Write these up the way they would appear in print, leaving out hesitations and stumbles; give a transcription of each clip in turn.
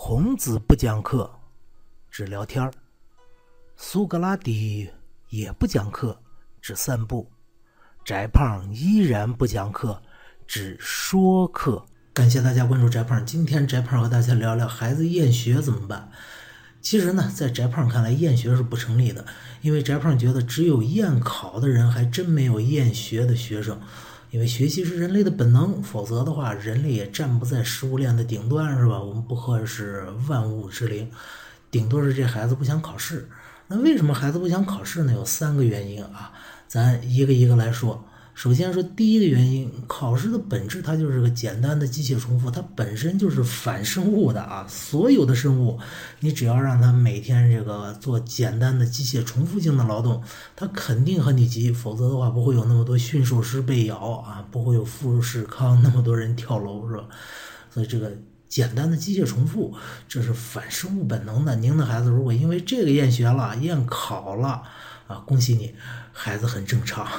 孔子不讲课，只聊天儿；苏格拉底也不讲课，只散步；翟胖依然不讲课，只说课。感谢大家关注翟胖，今天翟胖和大家聊聊孩子厌学怎么办。其实呢，在翟胖看来，厌学是不成立的，因为翟胖觉得只有厌考的人，还真没有厌学的学生。因为学习是人类的本能，否则的话，人类也站不在食物链的顶端，是吧？我们不合是万物之灵，顶多是这孩子不想考试。那为什么孩子不想考试呢？有3个原因啊，咱一个一个来说。首先说第一个原因，考试的本质它就是个简单的机械重复，它本身就是反生物的啊。所有的生物，你只要让它每天这个做简单的机械重复性的劳动，它肯定和你急，否则的话不会有那么多驯兽师被咬啊，不会有富士康那么多人跳楼，是吧？所以这个简单的机械重复，这是反生物本能的。您的孩子如果因为这个厌学了、厌考了啊，恭喜你，孩子很正常。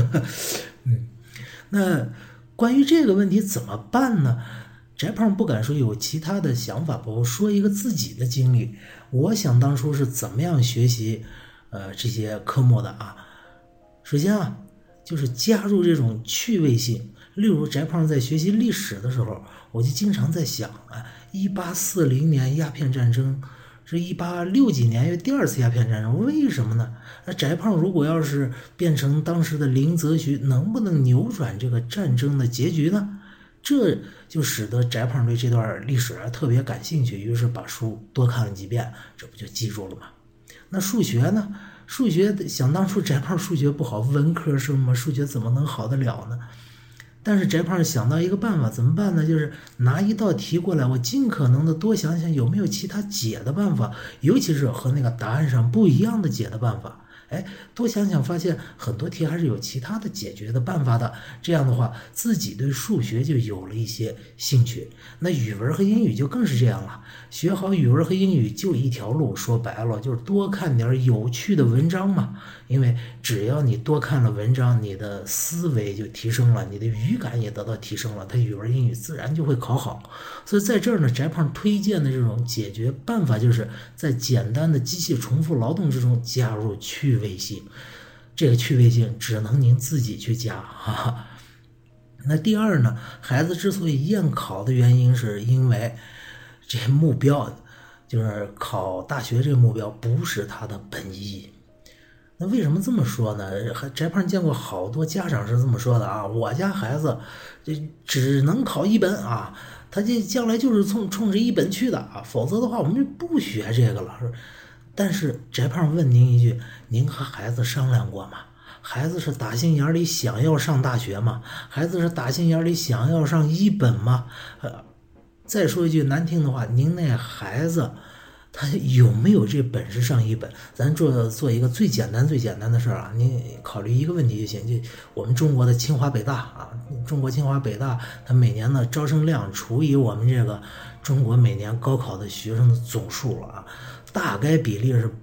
那关于这个问题怎么办呢？翟胖不敢说有其他的想法，我说一个自己的经历。我想当初是怎么样学习这些科目的啊？首先啊，就是加入这种趣味性。例如翟胖在学习历史的时候，我就经常在想1840年鸦片战争是1860几年第2次鸦片战争，为什么呢？那翟胖如果要是变成当时的林则徐，能不能扭转这个战争的结局呢？这就使得翟胖对这段历史特别感兴趣，于是把书多看了几遍，这不就记住了吗？那数学呢？数学想当初翟胖数学不好，文科生嘛，数学怎么能好得了呢？但是翟胖想到一个办法，怎么办呢？就是拿一道题过来，我尽可能的多想想有没有其他解的办法，尤其是和那个答案上不一样的解的办法。多想想，发现很多题还是有其他的解决的办法的。这样的话，自己对数学就有了一些兴趣。那语文和英语就更是这样了。学好语文和英语就一条路，说白了就是多看点有趣的文章嘛。因为只要你多看了文章，你的思维就提升了，你的语感也得到提升了，他语文英语自然就会考好。所以在这儿呢，翟胖推荐的这种解决办法，就是在简单的机械重复劳动之中加入趣味性。这个趣味性只能您自己去加哈。那第二呢，孩子之所以厌考的原因，是因为这目标就是考大学，这个目标不是他的本意。那为什么这么说呢？翟胖见过好多家长是这么说的啊，我家孩子这只能考1本啊，他这将来就是冲着1本去的啊，否则的话我们就不学这个了。但是翟胖问您一句，您和孩子商量过吗？孩子是打心眼里想要上大学吗？孩子是打心眼里想要上1本吗？再说一句难听的话，您那孩子他有没有这本事上1本？咱做一个最简单的事啊，你考虑一个问题就行，就我们中国的清华北大啊，中国清华北大，它每年的招生量除以我们这个中国每年高考的学生的总数了啊，大概比例是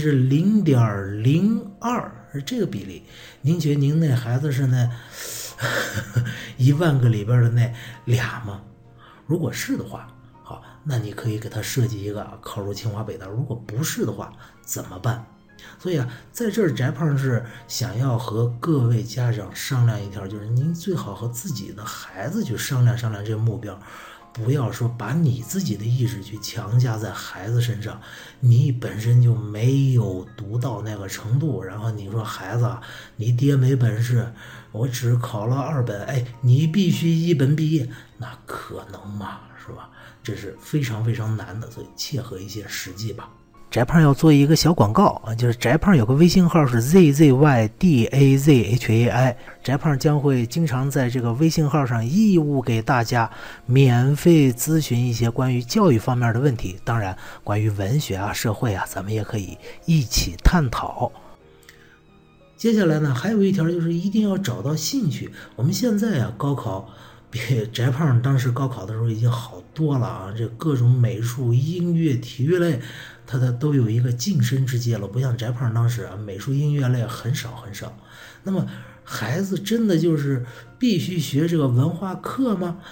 0.02%，是这个比例。您觉得您那孩子是那1万个里边的那俩吗？如果是的话，好，那你可以给他设计一个考入清华北大。如果不是的话，怎么办？所以在这儿翟胖是想要和各位家长商量一条，就是您最好和自己的孩子去商量商量这个目标，不要说把你自己的意志去强加在孩子身上，你本身就没有读到那个程度，然后你说孩子你爹没本事，我只考了2本，你必须1本毕业，那可能吗？是吧？这是非常非常难的，所以切合一些实际吧。翟胖要做一个小广告啊，就是翟胖有个微信号是 ZZYDAZHAI， 翟胖将会经常在这个微信号上义务给大家免费咨询一些关于教育方面的问题，当然关于文学社会咱们也可以一起探讨。接下来呢，还有一条就是一定要找到兴趣。我们现在高考比翟胖当时高考的时候已经好多了啊，这各种美术、音乐、体育类它都有一个晋升之阶了，不像翟胖当时美术音乐类很少很少。那么孩子真的就是必须学这个文化课吗？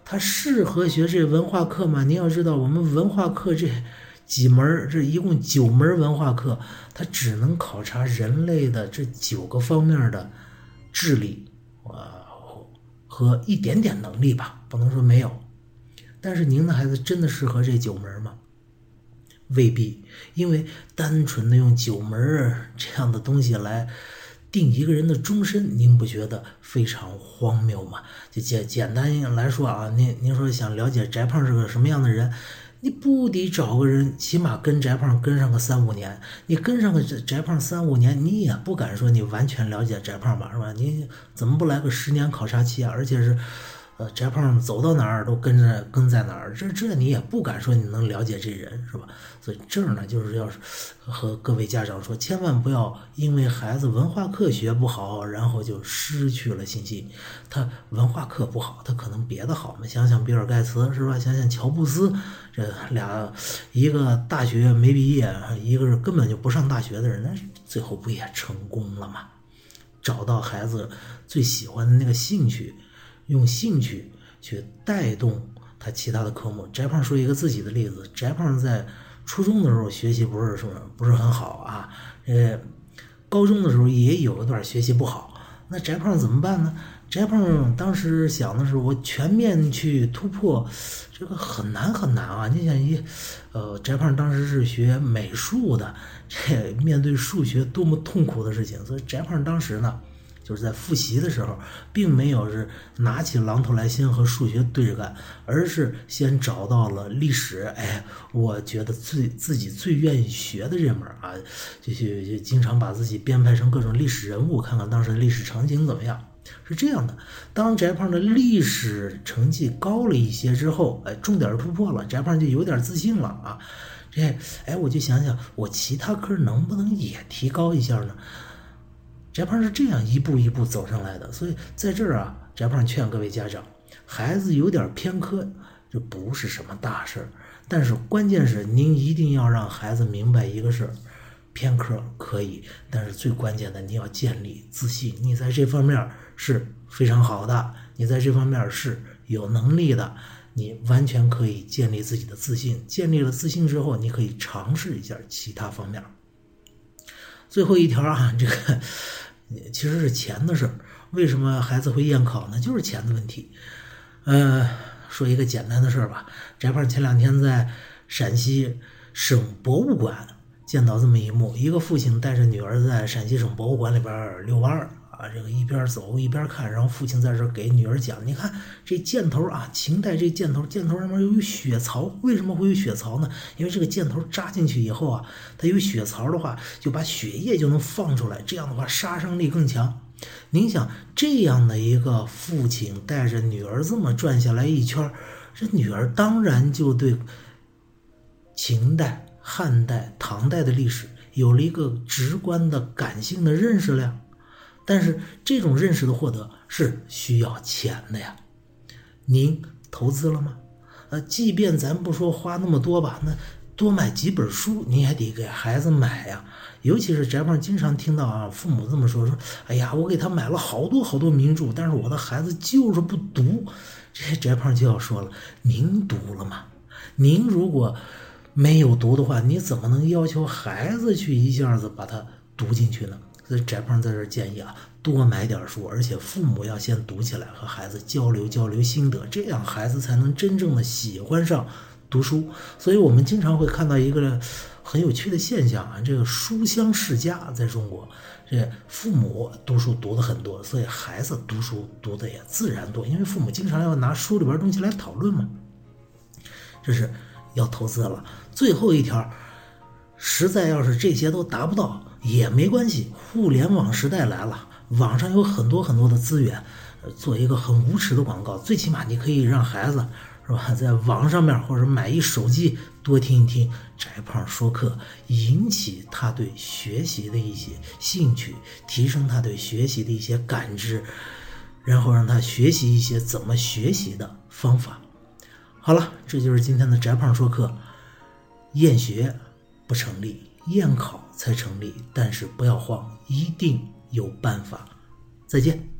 他适合学这文化课吗？你要知道，我们文化课这几门，这一共9门文化课，它只能考察人类的这9个方面的智力和一点点能力吧，不能说没有。但是您的孩子真的适合这9门吗？未必，因为单纯的用9门这样的东西来定一个人的终身，您不觉得非常荒谬吗？就简单来说啊，您说想了解翟胖是个什么样的人，你不得找个人起码跟翟胖跟上个3-5年，你跟上个翟胖3-5年，你也不敢说你完全了解翟胖吧，是吧？你怎么不来个10年考察期啊？而且是翟胖走到哪儿都跟在哪儿，这你也不敢说你能了解这人，是吧？所以这儿呢，就是要和各位家长说，千万不要因为孩子文化课学不好，然后就失去了信心。他文化课不好，他可能别的好嘛。想想比尔盖茨，是吧？想想乔布斯，这俩一个大学没毕业，一个是根本就不上大学的人，那最后不也成功了吗？找到孩子最喜欢的那个兴趣，用兴趣去带动他其他的科目。翟胖说一个自己的例子，翟胖在初中的时候学习不是很好啊，高中的时候也有一段学习不好，那翟胖怎么办呢？翟胖当时想的是，我全面去突破，这个很难很难啊！你想翟胖当时是学美术的，这面对数学多么痛苦的事情，所以翟胖当时呢，就是在复习的时候，并没有是拿起榔头来先和数学对着干，而是先找到了历史。我觉得自己最愿意学的这门啊，就经常把自己编排成各种历史人物，看看当时的历史场景怎么样。是这样的，当翟胖的历史成绩高了一些之后，重点突破了，翟胖就有点自信了啊。我就想想，我其他科能不能也提高一下呢？翟胖是这样一步一步走上来的，所以在这儿啊，翟胖劝各位家长，孩子有点偏科，这不是什么大事儿，但是关键是您一定要让孩子明白一个事儿，偏科可以，但是最关键的你要建立自信，你在这方面是非常好的，你在这方面是有能力的，你完全可以建立自己的自信，建立了自信之后，你可以尝试一下其他方面。最后一条啊，这个其实是钱的事儿。为什么孩子会厌考呢？就是钱的问题。说一个简单的事儿吧，翟胖前2天在陕西省博物馆见到这么一幕，一个父亲带着女儿在陕西省博物馆里边遛弯啊，这个一边走一边看，然后父亲在这给女儿讲，你看这箭头啊，秦代这箭头上面有血槽，为什么会有血槽呢？因为这个箭头扎进去以后啊，它有血槽的话，就把血液就能放出来，这样的话杀伤力更强。您想这样的一个父亲带着女儿这么转下来一圈，这女儿当然就对秦代、汉代、唐代的历史有了一个直观的感性的认识了。但是这种认识的获得是需要钱的呀，您投资了吗？即便咱不说花那么多吧，那多买几本书你还得给孩子买呀。尤其是翟胖经常听到啊，父母这么说，哎呀，我给他买了好多好多名著，但是我的孩子就是不读。这翟胖就要说了，您读了吗？您如果没有读的话，你怎么能要求孩子去一下子把它读进去呢？所以翟胖在这建议啊，多买点书，而且父母要先读起来，和孩子交流心得，这样孩子才能真正的喜欢上读书。所以我们经常会看到一个很有趣的现象啊，这个书香世家在中国，这父母读书读的很多，所以孩子读书读的也自然多，因为父母经常要拿书里边东西来讨论嘛。这是要投资了。最后一条，实在要是这些都达不到也没关系，互联网时代来了，网上有很多很多的资源，做一个很无耻的广告，最起码你可以让孩子是吧，在网上面或者买一手机多听一听翟胖说课，引起他对学习的一些兴趣，提升他对学习的一些感知，然后让他学习一些怎么学习的方法。好了，这就是今天的翟胖说课。厌学不成立，厌考才成立，但是不要慌，一定有办法。再见。